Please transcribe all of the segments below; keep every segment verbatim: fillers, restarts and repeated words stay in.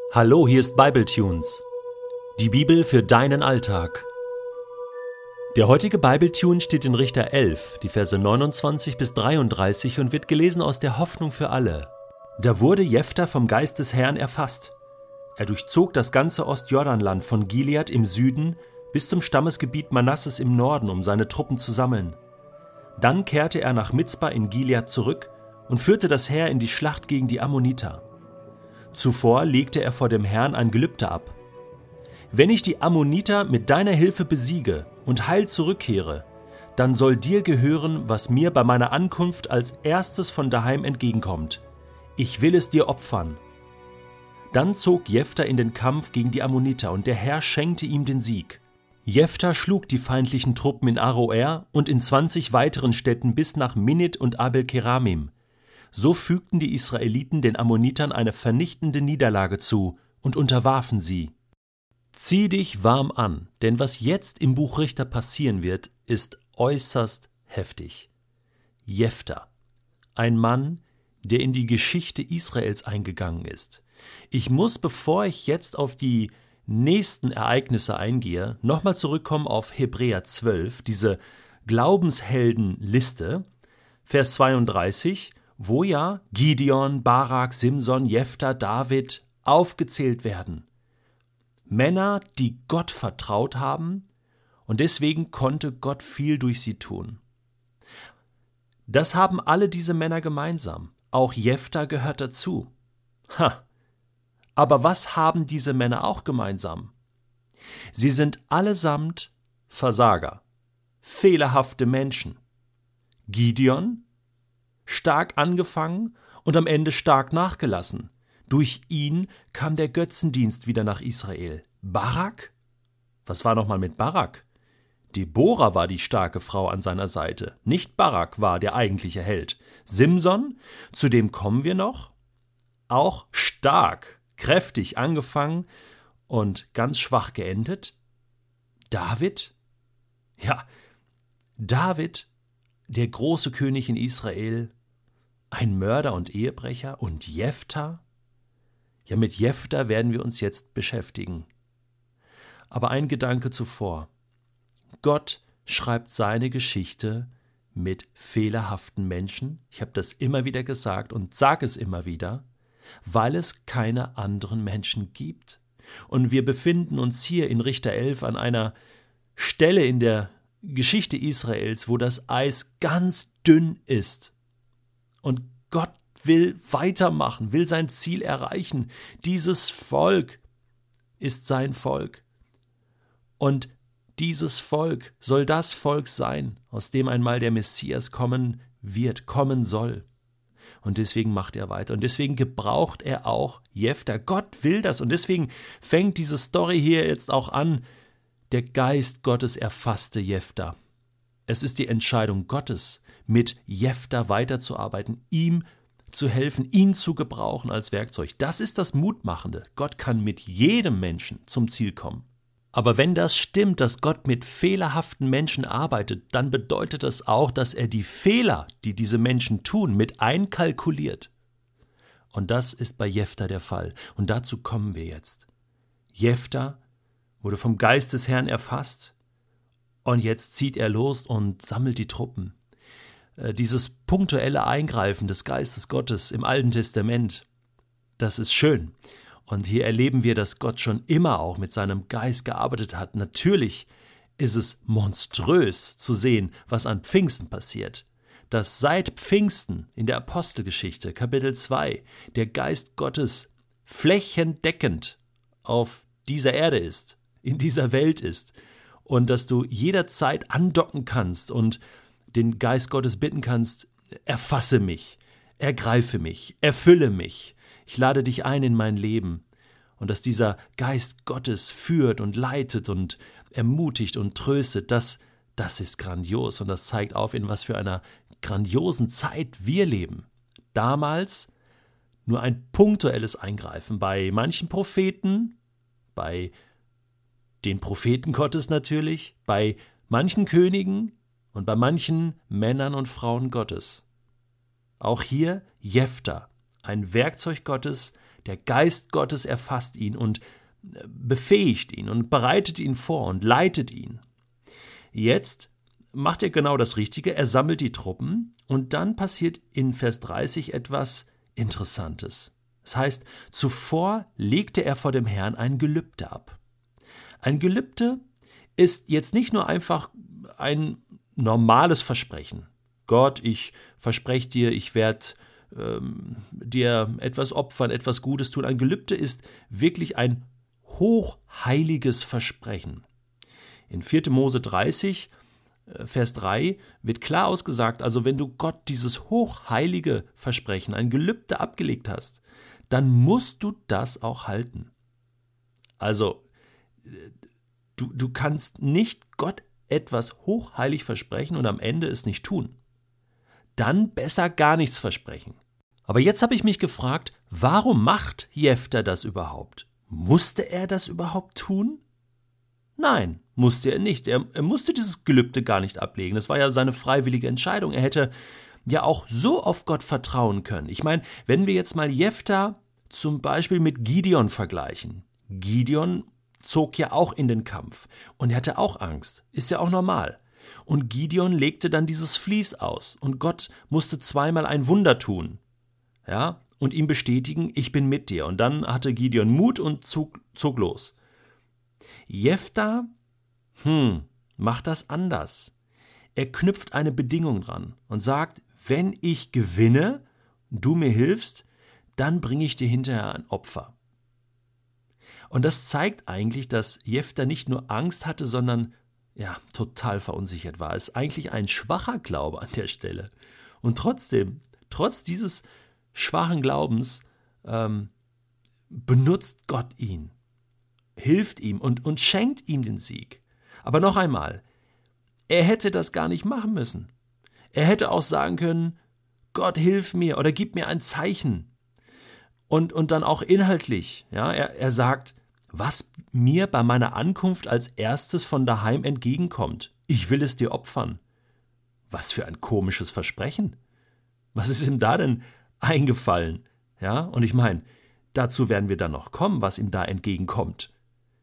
Hallo, hier ist Bibletunes, die Bibel für deinen Alltag. Der heutige Bibletune steht in Richter elf, die Verse neunundzwanzig bis dreiunddreißig und wird gelesen aus der Hoffnung für alle. Da wurde Jefter vom Geist des Herrn erfasst. Er durchzog das ganze Ostjordanland von Gilead im Süden bis zum Stammesgebiet Manasses im Norden, um seine Truppen zu sammeln. Dann kehrte er nach Mizpa in Gilead zurück und führte das Heer in die Schlacht gegen die Ammoniter. Zuvor legte er vor dem Herrn ein Gelübde ab. Wenn ich die Ammoniter mit deiner Hilfe besiege und heil zurückkehre, dann soll dir gehören, was mir bei meiner Ankunft als erstes von daheim entgegenkommt. Ich will es dir opfern. Dann zog Jefter in den Kampf gegen die Ammoniter und der Herr schenkte ihm den Sieg. Jefter schlug die feindlichen Truppen in Aroer und in zwanzig weiteren Städten bis nach Minnit und Abel-Keramim. So fügten die Israeliten den Ammonitern eine vernichtende Niederlage zu und unterwarfen sie. Zieh dich warm an, denn was jetzt im Buch Richter passieren wird, ist äußerst heftig. Jefter, ein Mann, der in die Geschichte Israels eingegangen ist. Ich muss, bevor ich jetzt auf die nächsten Ereignisse eingehe, nochmal zurückkommen auf Hebräer zwölf, diese Glaubensheldenliste, Vers zweiunddreißig, wo ja Gideon, Barak, Simson, Jefter, David aufgezählt werden. Männer, die Gott vertraut haben, und deswegen konnte Gott viel durch sie tun. Das haben alle diese Männer gemeinsam. Auch Jefter gehört dazu. Ha! Aber was haben diese Männer auch gemeinsam? Sie sind allesamt Versager, fehlerhafte Menschen. Gideon, stark angefangen und am Ende stark nachgelassen. Durch ihn kam der Götzendienst wieder nach Israel. Barak? Was war nochmal mit Barak? Deborah war die starke Frau an seiner Seite. Nicht Barak war der eigentliche Held. Simson, zu dem kommen wir noch, auch stark, kräftig angefangen und ganz schwach geendet. David? Ja, David, der große König in Israel, ein Mörder und Ehebrecher, und Jefter? Ja, mit Jefter werden wir uns jetzt beschäftigen. Aber ein Gedanke zuvor. Gott schreibt seine Geschichte mit fehlerhaften Menschen. Ich habe das immer wieder gesagt und sage es immer wieder, weil es keine anderen Menschen gibt. Und wir befinden uns hier in Richter elf an einer Stelle in der Geschichte Israels, wo das Eis ganz dünn ist. Und Gott will weitermachen, will sein Ziel erreichen. Dieses Volk ist sein Volk. Und dieses Volk soll das Volk sein, aus dem einmal der Messias kommen wird, kommen soll. Und deswegen macht er weiter. Und deswegen gebraucht er auch Jefter. Gott will das. Und deswegen fängt diese Story hier jetzt auch an. Der Geist Gottes erfasste Jefter. Es ist die Entscheidung Gottes, mit Jefter weiterzuarbeiten, ihm zu helfen, ihn zu gebrauchen als Werkzeug. Das ist das Mutmachende. Gott kann mit jedem Menschen zum Ziel kommen. Aber wenn das stimmt, dass Gott mit fehlerhaften Menschen arbeitet, dann bedeutet das auch, dass er die Fehler, die diese Menschen tun, mit einkalkuliert. Und das ist bei Jefter der Fall. Und dazu kommen wir jetzt. Jefter wurde vom Geist des Herrn erfasst und jetzt zieht er los und sammelt die Truppen. Dieses punktuelle Eingreifen des Geistes Gottes im Alten Testament, das ist schön. Und hier erleben wir, dass Gott schon immer auch mit seinem Geist gearbeitet hat. Natürlich ist es monströs zu sehen, was an Pfingsten passiert. Dass seit Pfingsten in der Apostelgeschichte, Kapitel zwei, der Geist Gottes flächendeckend auf dieser Erde ist, in dieser Welt ist. Und dass du jederzeit andocken kannst und den Geist Gottes bitten kannst, erfasse mich, ergreife mich, erfülle mich. Ich lade dich ein in mein Leben. Und dass dieser Geist Gottes führt und leitet und ermutigt und tröstet, das, das ist grandios. Und das zeigt auf, in was für einer grandiosen Zeit wir leben. Damals nur ein punktuelles Eingreifen bei manchen Propheten, bei den Propheten Gottes natürlich, bei manchen Königen und bei manchen Männern und Frauen Gottes. Auch hier Jefter, ein Werkzeug Gottes, Der Geist Gottes erfasst ihn und befähigt ihn und bereitet ihn vor und leitet ihn. Jetzt macht er genau das Richtige, er sammelt die Truppen und dann passiert in Vers dreißig etwas Interessantes. Das heißt, zuvor legte er vor dem Herrn ein Gelübde ab. Ein Gelübde ist jetzt nicht nur einfach ein normales Versprechen. Gott, ich verspreche dir, ich werde ähm, dir etwas opfern, etwas Gutes tun. Ein Gelübde ist wirklich ein hochheiliges Versprechen. In vierter Mose dreißig, Vers drei wird klar ausgesagt, also wenn du Gott dieses hochheilige Versprechen, ein Gelübde abgelegt hast, dann musst du das auch halten. Also, du, du kannst nicht Gott etwas hochheilig versprechen und am Ende es nicht tun. Dann besser gar nichts versprechen. Aber jetzt habe ich mich gefragt, warum macht Jefter das überhaupt? Musste er das überhaupt tun? Nein, musste er nicht. Er, er musste dieses Gelübde gar nicht ablegen. Das war ja seine freiwillige Entscheidung. Er hätte ja auch so auf Gott vertrauen können. Ich meine, wenn wir jetzt mal Jefter zum Beispiel mit Gideon vergleichen. Gideon zog ja auch in den Kampf und er hatte auch Angst. Ist ja auch normal. Und Gideon legte dann dieses Vlies aus und Gott musste zweimal ein Wunder tun. Ja, und ihm bestätigen, ich bin mit dir. Und dann hatte Gideon Mut und zog, zog los. Jefter, hm, macht das anders. Er knüpft eine Bedingung dran und sagt, wenn ich gewinne, du mir hilfst, dann bringe ich dir hinterher ein Opfer. Und das zeigt eigentlich, dass Jefter nicht nur Angst hatte, sondern ja, total verunsichert war. Es ist eigentlich ein schwacher Glaube an der Stelle. Und trotzdem, trotz dieses schwachen Glaubens, ähm, benutzt Gott ihn. Hilft ihm und, und schenkt ihm den Sieg. Aber noch einmal, er hätte das gar nicht machen müssen. Er hätte auch sagen können, Gott, hilf mir oder gib mir ein Zeichen. Und, und dann auch inhaltlich, ja, er, er sagt, was mir bei meiner Ankunft als erstes von daheim entgegenkommt, ich will es dir opfern. Was für ein komisches Versprechen. Was ist ihm da denn eingefallen? Ja, und ich meine, dazu werden wir dann noch kommen, was ihm da entgegenkommt.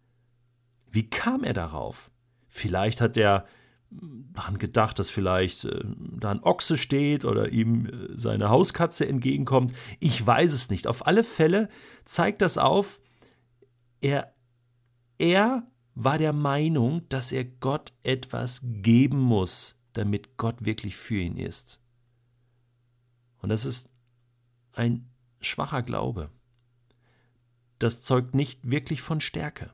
Wie kam er darauf? Vielleicht hat er daran gedacht, dass vielleicht äh, da ein Ochse steht oder ihm äh, seine Hauskatze entgegenkommt. Ich weiß es nicht. Auf alle Fälle zeigt das auf, er, er war der Meinung, dass er Gott etwas geben muss, damit Gott wirklich für ihn ist. Und das ist ein schwacher Glaube. Das zeugt nicht wirklich von Stärke.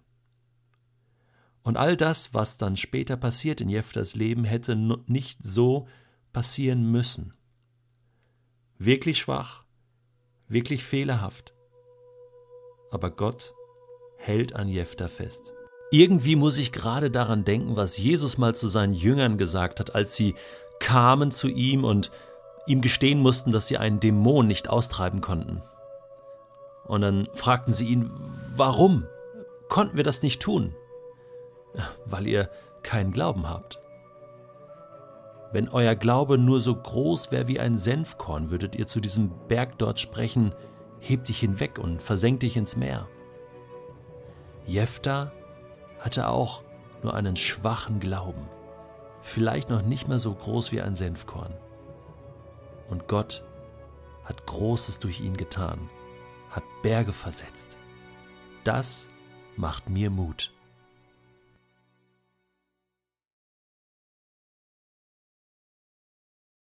Und all das, was dann später passiert in Jefters Leben, hätte nicht so passieren müssen. Wirklich schwach, wirklich fehlerhaft. Aber Gott hält an Jefter fest. Irgendwie muss ich gerade daran denken, was Jesus mal zu seinen Jüngern gesagt hat, als sie kamen zu ihm und ihm gestehen mussten, dass sie einen Dämon nicht austreiben konnten. Und dann fragten sie ihn, warum konnten wir das nicht tun? Weil ihr keinen Glauben habt. Wenn euer Glaube nur so groß wäre wie ein Senfkorn, würdet ihr zu diesem Berg dort sprechen, heb dich hinweg und versenk dich ins Meer. Jefter hatte auch nur einen schwachen Glauben, vielleicht noch nicht mehr so groß wie ein Senfkorn. Und Gott hat Großes durch ihn getan, hat Berge versetzt. Das macht mir Mut.